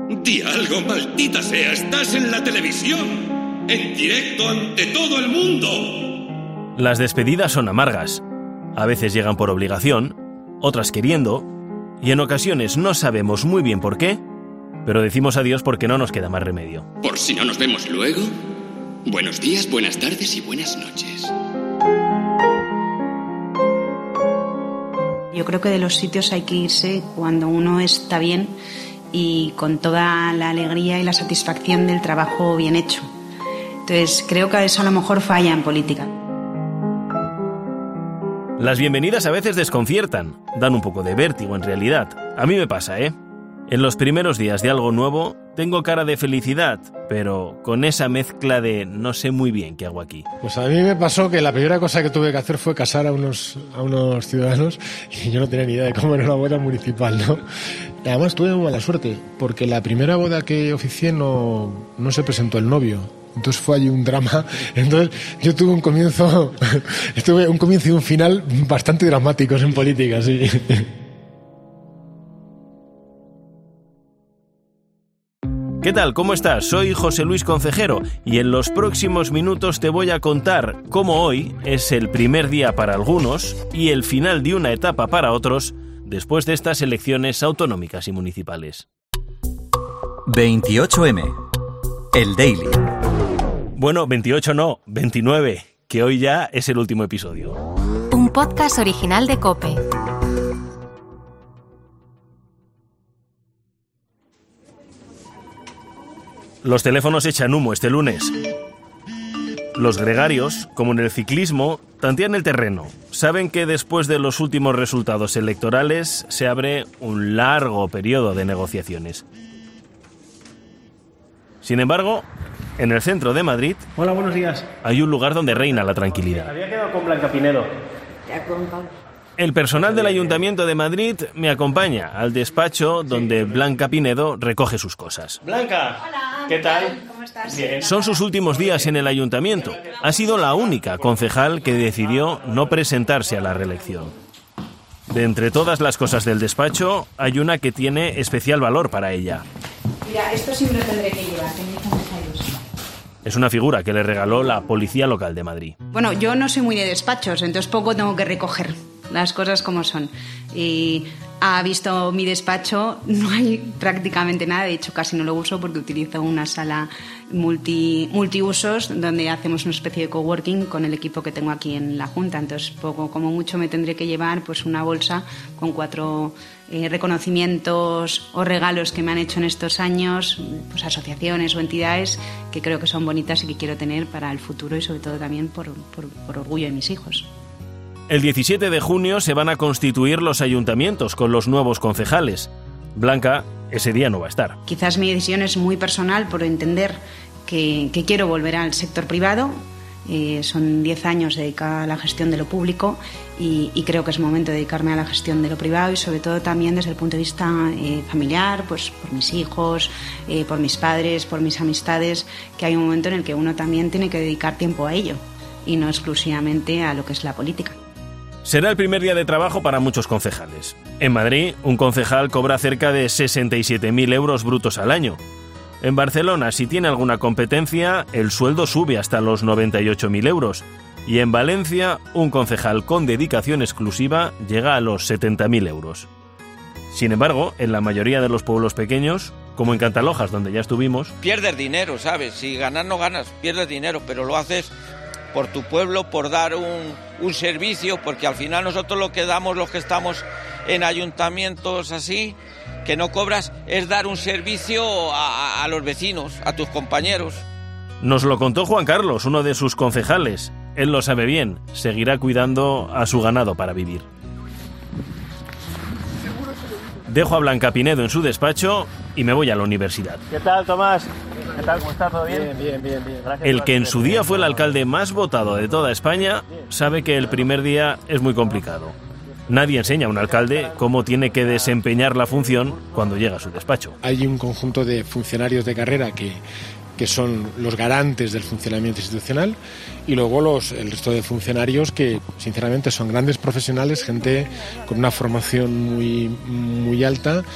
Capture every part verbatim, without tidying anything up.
Di algo, maldita sea, estás en la televisión, en directo ante todo el mundo. Las despedidas son amargas. A veces llegan por obligación, otras queriendo, y en ocasiones no sabemos muy bien por qué, pero decimos adiós porque no nos queda más remedio. Por si no nos vemos luego, buenos días, buenas tardes y buenas noches. Yo creo que de los sitios hay que irse cuando uno está bien y con toda la alegría y la satisfacción del trabajo bien hecho. Entonces, creo que eso a lo mejor falla en política. Las bienvenidas a veces desconciertan, dan un poco de vértigo en realidad. A mí me pasa, ¿eh? En los primeros días de algo nuevo tengo cara de felicidad, pero con esa mezcla de no sé muy bien qué hago aquí. Pues a mí me pasó que la primera cosa que tuve que hacer fue casar a unos, a unos ciudadanos y yo no tenía ni idea de cómo era una boda municipal, ¿no? Y además tuve muy mala suerte, porque la primera boda que oficié no, no se presentó el novio. Entonces fue allí un drama. Entonces yo tuve un comienzo, tuve un comienzo y un final bastante dramáticos en política, sí. ¿Qué tal? ¿Cómo estás? Soy José Luis Concejero y en los próximos minutos te voy a contar cómo hoy es el primer día para algunos y el final de una etapa para otros después de estas elecciones autonómicas y municipales. veintiocho eme, el Daily. Bueno, veintiocho no, veintinueve, que hoy ya es el último episodio. Un podcast original de COPE. Los teléfonos echan humo este lunes. Los gregarios, como en el ciclismo, tantean el terreno. Saben que después de los últimos resultados electorales se abre un largo periodo de negociaciones. Sin embargo, en el centro de Madrid... Hola, buenos días. Hay un lugar donde reina la tranquilidad. Había quedado con Blanca Pinedo. El personal del Ayuntamiento de Madrid me acompaña al despacho donde Blanca Pinedo recoge sus cosas. Blanca. Hola. ¿Qué tal? ¿Cómo estás? Bien. Son sus últimos días en el Ayuntamiento. Ha sido la única concejal que decidió no presentarse a la reelección. De entre todas las cosas del despacho, hay una que tiene especial valor para ella. Mira, esto siempre tendré que llevar, que me dicen que hay. Es una figura que le regaló la Policía Local de Madrid. Bueno, yo no soy muy de despachos, entonces poco tengo que recoger, las cosas como son. Y ha visto mi despacho, no hay prácticamente nada, de hecho casi no lo uso porque utilizo una sala multi, multiusos donde hacemos una especie de coworking con el equipo que tengo aquí en la Junta. Entonces, poco como mucho me tendré que llevar pues una bolsa con cuatro eh, reconocimientos o regalos que me han hecho en estos años, pues asociaciones o entidades que creo que son bonitas y que quiero tener para el futuro y sobre todo también por, por, por orgullo de mis hijos. El diecisiete de junio se van a constituir los ayuntamientos con los nuevos concejales. Blanca ese día no va a estar. Quizás mi decisión es muy personal por entender que, que quiero volver al sector privado. Eh, son diez años dedicada a la gestión de lo público y, y creo que es momento de dedicarme a la gestión de lo privado y sobre todo también desde el punto de vista eh, familiar, pues por mis hijos, eh, por mis padres, por mis amistades, que hay un momento en el que uno también tiene que dedicar tiempo a ello y no exclusivamente a lo que es la política. Será el primer día de trabajo para muchos concejales. En Madrid, un concejal cobra cerca de sesenta y siete mil euros brutos al año. En Barcelona, si tiene alguna competencia, el sueldo sube hasta los noventa y ocho mil euros. Y en Valencia, un concejal con dedicación exclusiva llega a los setenta mil euros. Sin embargo, en la mayoría de los pueblos pequeños, como en Cantalojas, donde ya estuvimos... Pierdes dinero, ¿sabes? Si ganas no ganas, pierdes dinero, pero lo haces por tu pueblo, por dar un, un servicio, porque al final nosotros lo que damos, los que estamos en ayuntamientos así, que no cobras, es dar un servicio a, a los vecinos, a tus compañeros. Nos lo contó Juan Carlos, uno de sus concejales. Él lo sabe bien, seguirá cuidando a su ganado para vivir. Dejo a Blanca Pinedo en su despacho y me voy a la universidad. ¿Qué tal, Tomás? ¿Qué tal? ¿Cómo está? ¿Todo bien? Bien, bien, bien, bien. Gracias. El que en su día fue el alcalde más votado de toda España sabe que el primer día es muy complicado. Nadie enseña a un alcalde cómo tiene que desempeñar la función cuando llega a su despacho. Hay un conjunto de funcionarios de carrera que, que son los garantes del funcionamiento institucional y luego los, el resto de funcionarios que sinceramente son grandes profesionales, gente con una formación muy, muy alta,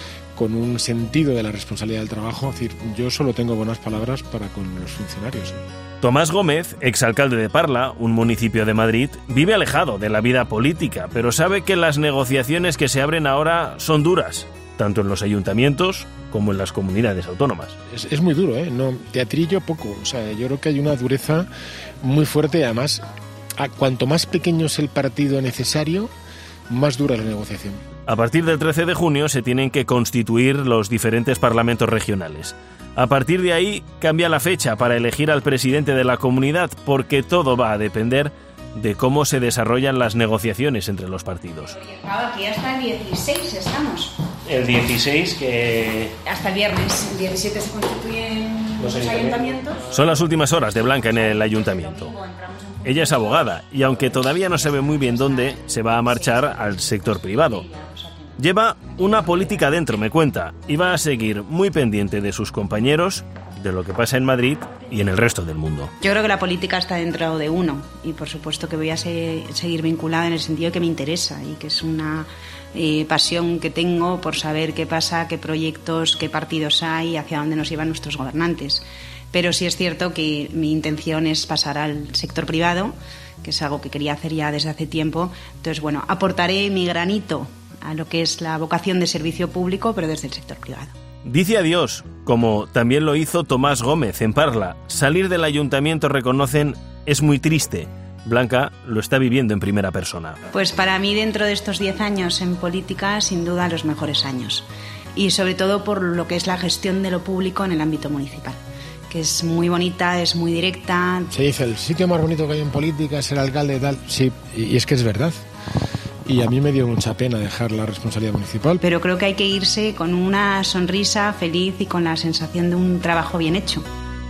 con un sentido de la responsabilidad del trabajo. Es decir, yo solo tengo buenas palabras para con los funcionarios. Tomás Gómez, exalcalde de Parla, un municipio de Madrid, vive alejado de la vida política, pero sabe que las negociaciones que se abren ahora son duras, tanto en los ayuntamientos como en las comunidades autónomas. Es, es muy duro, ¿eh? No, teatrillo poco. O sea, yo creo que hay una dureza muy fuerte y además, a cuanto más pequeño es el partido necesario, más dura la negociación. A partir del trece de junio se tienen que constituir los diferentes parlamentos regionales. A partir de ahí cambia la fecha para elegir al presidente de la comunidad, porque todo va a depender de cómo se desarrollan las negociaciones entre los partidos. Aquí hasta el dieciséis estamos. El dieciséis que... Hasta el viernes. El diecisiete se constituyen los ayuntamientos. Son las últimas horas de Blanca en el ayuntamiento. Ella es abogada y aunque todavía no sabe muy bien dónde, se va a marchar al sector privado. Lleva una política dentro, me cuenta, y va a seguir muy pendiente de sus compañeros, de lo que pasa en Madrid y en el resto del mundo. Yo creo que la política está dentro de uno y por supuesto que voy a se- seguir vinculada en el sentido de que me interesa y que es una eh, pasión que tengo por saber qué pasa, qué proyectos, qué partidos hay, hacia dónde nos llevan nuestros gobernantes. Pero sí es cierto que mi intención es pasar al sector privado, que es algo que quería hacer ya desde hace tiempo. Entonces, bueno, aportaré mi granito a lo que es la vocación de servicio público, pero desde el sector privado. Dice adiós, como también lo hizo Tomás Gómez en Parla. Salir del ayuntamiento, reconocen, es muy triste. Blanca lo está viviendo en primera persona. Pues para mí, dentro de estos diez años en política, sin duda los mejores años. Y sobre todo por lo que es la gestión de lo público en el ámbito municipal, que es muy bonita, es muy directa. Se dice, el sitio más bonito que hay en política es ser alcalde y tal. Sí, y es que es verdad. Y a mí me dio mucha pena dejar la responsabilidad municipal. Pero creo que hay que irse con una sonrisa feliz y con la sensación de un trabajo bien hecho.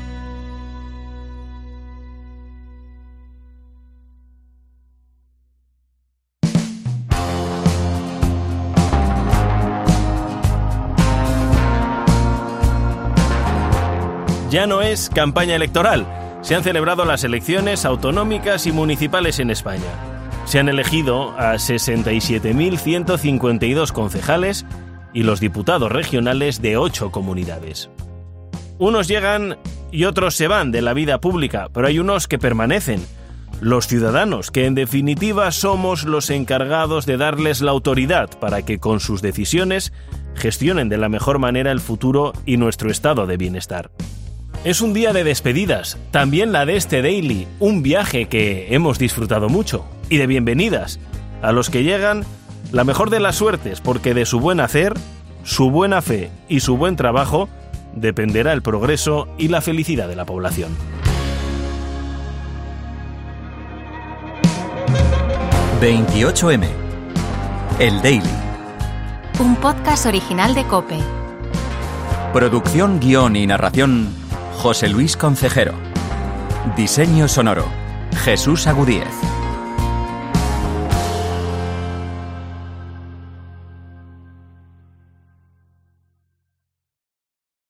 Ya no es campaña electoral. Se han celebrado las elecciones autonómicas y municipales en España. Se han elegido a sesenta y siete mil ciento cincuenta y dos concejales y los diputados regionales de ocho comunidades. Unos llegan y otros se van de la vida pública, pero hay unos que permanecen. Los ciudadanos, que en definitiva somos los encargados de darles la autoridad para que con sus decisiones gestionen de la mejor manera el futuro y nuestro estado de bienestar. Es un día de despedidas, también la de este Daily, un viaje que hemos disfrutado mucho, y de bienvenidas. A los que llegan, la mejor de las suertes, porque de su buen hacer, su buena fe y su buen trabajo dependerá el progreso y la felicidad de la población. veintiocho eme. El Daily. Un podcast original de COPE. Producción, guión y narración, José Luis Concejero. Diseño sonoro, Jesús Agudíez.